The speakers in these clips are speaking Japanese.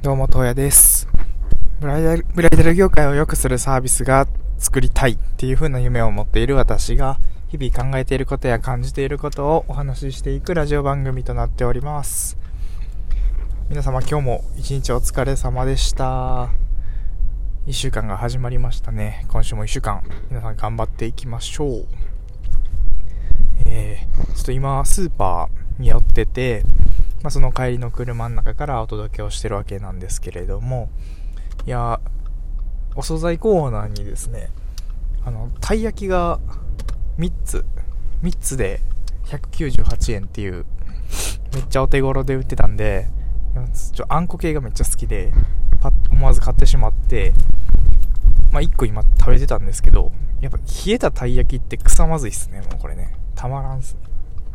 どうも、東野です。ブライダル業界を良くするサービスが作りたいっていう風な夢を持っている私が日々考えていることや感じていることをお話ししていくラジオ番組となっております。皆様今日も一日お疲れ様でした。1週間が始まりましたね。今週も1週間皆さん頑張っていきましょう。ちょっと今スーパーに寄ってて、その帰りの車の中からお届けをしてるわけなんですけれども、いや、お惣菜コーナーにですね、たい焼きが3つで198円っていうめっちゃお手頃で売ってたんで、あんこ系がめっちゃ好きで思わず買ってしまって、1個今食べてたんですけど、やっぱ冷えたたい焼きって草まずいっすね。もうこれね、たまらんっすね。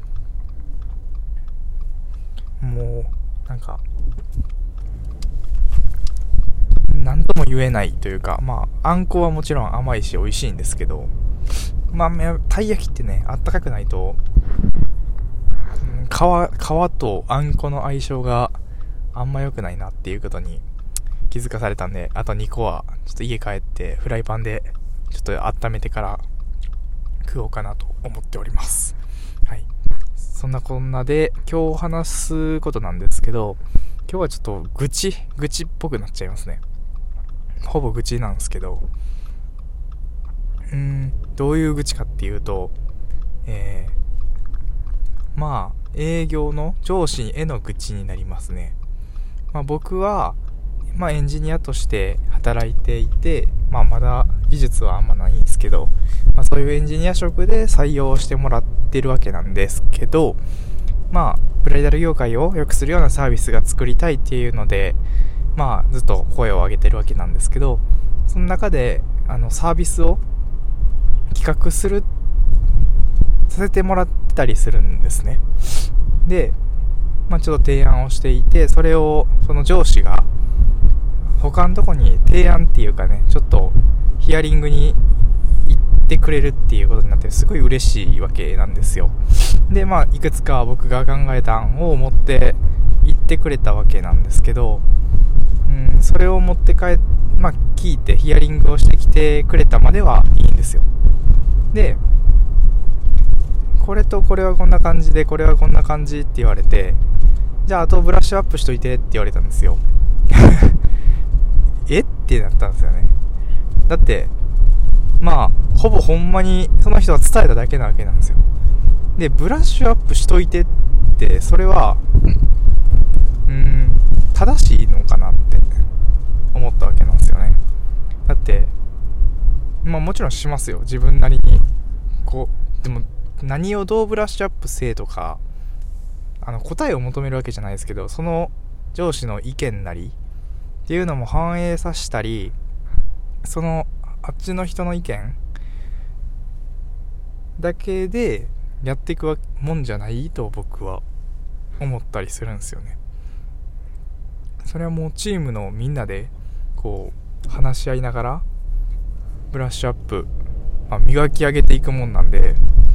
もうなんとも言えないというか、あんこはもちろん甘いし美味しいんですけど、たい焼きってね、あったかくないと皮とあんこの相性があんま良くないなっていうことに気づかされたんで、あと2個はちょっと家帰ってフライパンでちょっと温めてから食おうかなと思っております。はい、そんなこんなで今日話すことなんですけど、今日はちょっと愚痴っぽくなっちゃいますね。ほぼ愚痴なんですけど、どういう愚痴かっていうと、営業の上司への愚痴になりますね。僕はエンジニアとして働いていて、まだ技術はあんまないんですけど、そういうエンジニア職で採用してもらってるわけなんですけど、ブライダル業界を良くするようなサービスが作りたいっていうので、ずっと声を上げてるわけなんですけど、その中でサービスを企画させてもらったりするんですね。で、ちょっと提案をしていて、それをその上司が他のとこに提案っていうかね、ちょっとヒアリングに行ってくれるっていうことになって、すごい嬉しいわけなんですよ。で、いくつか僕が考えた案を持って行ってくれたわけなんですけど、それを持って聞いてヒアリングをしてきてくれたまではいいんですよ。で、これとこれはこんな感じで、これはこんな感じって言われて、じゃああとブラッシュアップしといてって言われたんですよ。えってなったんですよね。だってほぼほんまにその人が伝えただけなわけなんですよ。で、ブラッシュアップしといてって、それは正しいのかなって思ったわけなんですよね。だってもちろんしますよ、自分なりに。でも何をどうブラッシュアップせえとか、答えを求めるわけじゃないですけど、その上司の意見なりっていうのも反映させたり、あっちの人の意見だけでやっていくもんじゃないと僕は思ったりするんですよね。それはもうチームのみんなで話し合いながらブラッシュアップ、磨き上げていくもんなんで、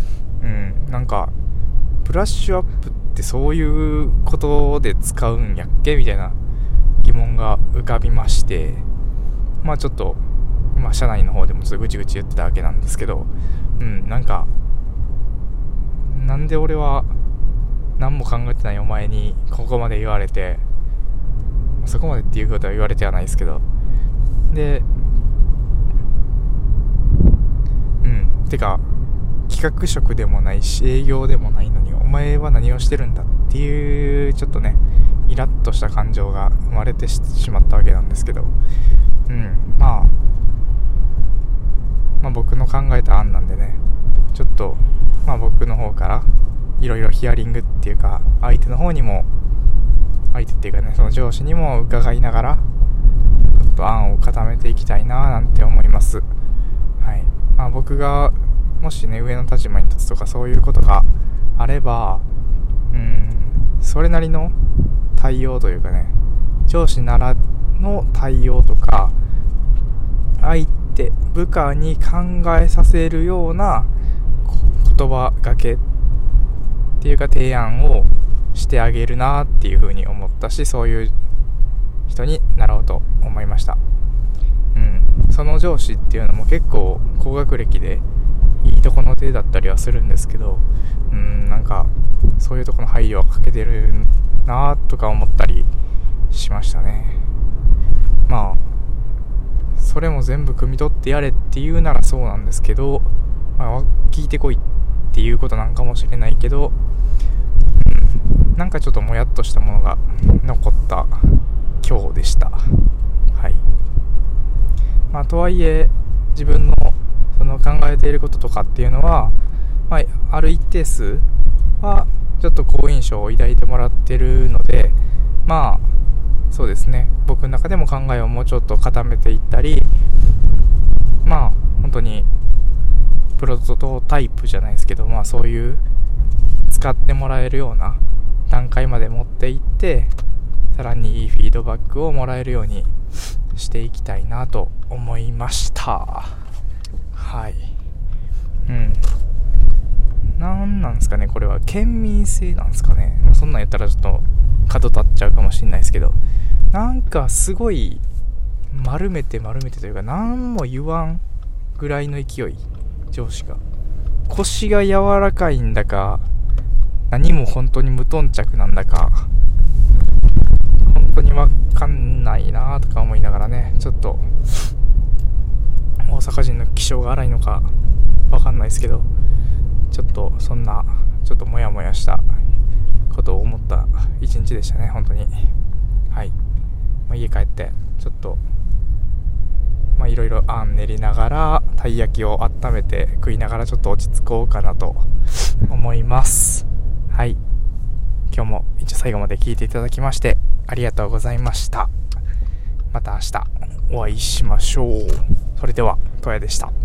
ブラッシュアップってそういうことで使うんやっけみたいな疑問が浮かびまして、ちょっと社内の方でもちょっとぐちぐち言ってたわけなんですけど、なんで俺は何も考えてないお前にここまで言われて、そこまでっていうことは言われてはないですけど、でてか企画職でもないし営業でもないのにお前は何をしてるんだっていう、ちょっとねイラッとした感情が生まれてしまったわけなんですけど、僕の考えた案なんでね、ちょっと僕の方からいろいろヒアリングっていうか、相手っていうかね、その上司にも伺いながらちょっと案を固めていきたいななんて思います。はい。僕がもしね上の立場に立つとかそういうことがあれば、それなりの対応というかね、上司ならの対応とか、相手部下に考えさせるような言葉がけっていうか提案をしてあげるなっていう風に思ったし、そういう人になろうと思いました。その上司っていうのも結構高学歴でいいとこの手だったりはするんですけど、なんかそういうとこの配慮は欠けてるなとか思ったりしましたね。まあそれも全部汲み取ってやれって言うならそうなんですけど、聞いてこいっていうことなんかもしれないけど、なんかちょっともやっとしたものが残った今日でした。はい。とはいえ自分のその考えていることとかっていうのは、ある一定数はちょっと好印象を抱いてもらってるので、そうですね、僕の中でも考えをもうちょっと固めていったり、本当にプロトタイプじゃないですけど、そういう使ってもらえるような段階まで持っていって、さらにいいフィードバックをもらえるようにしていきたいなと思いました。はい。なんですかね、これは県民性なんですかね。そんなん言ったらちょっと角立っちゃうかもしれないですけど、なんかすごい丸めてというか、何も言わんぐらいの勢い、上司が腰が柔らかいんだか、何も本当に無頓着なんだか、本当に分かんないなとか思いながらね、ちょっと大阪人の気性が荒いのか分かんないですけど、ちょっとそんなちょっとモヤモヤしたことを思った一日でしたね、本当に。はい。家帰ってちょっといろいろあん練りながら、たい焼きを温めて食いながらちょっと落ち着こうかなと思います。はい。今日も一応最後まで聞いていただきましてありがとうございました。また明日お会いしましょう。それでは、とやでした。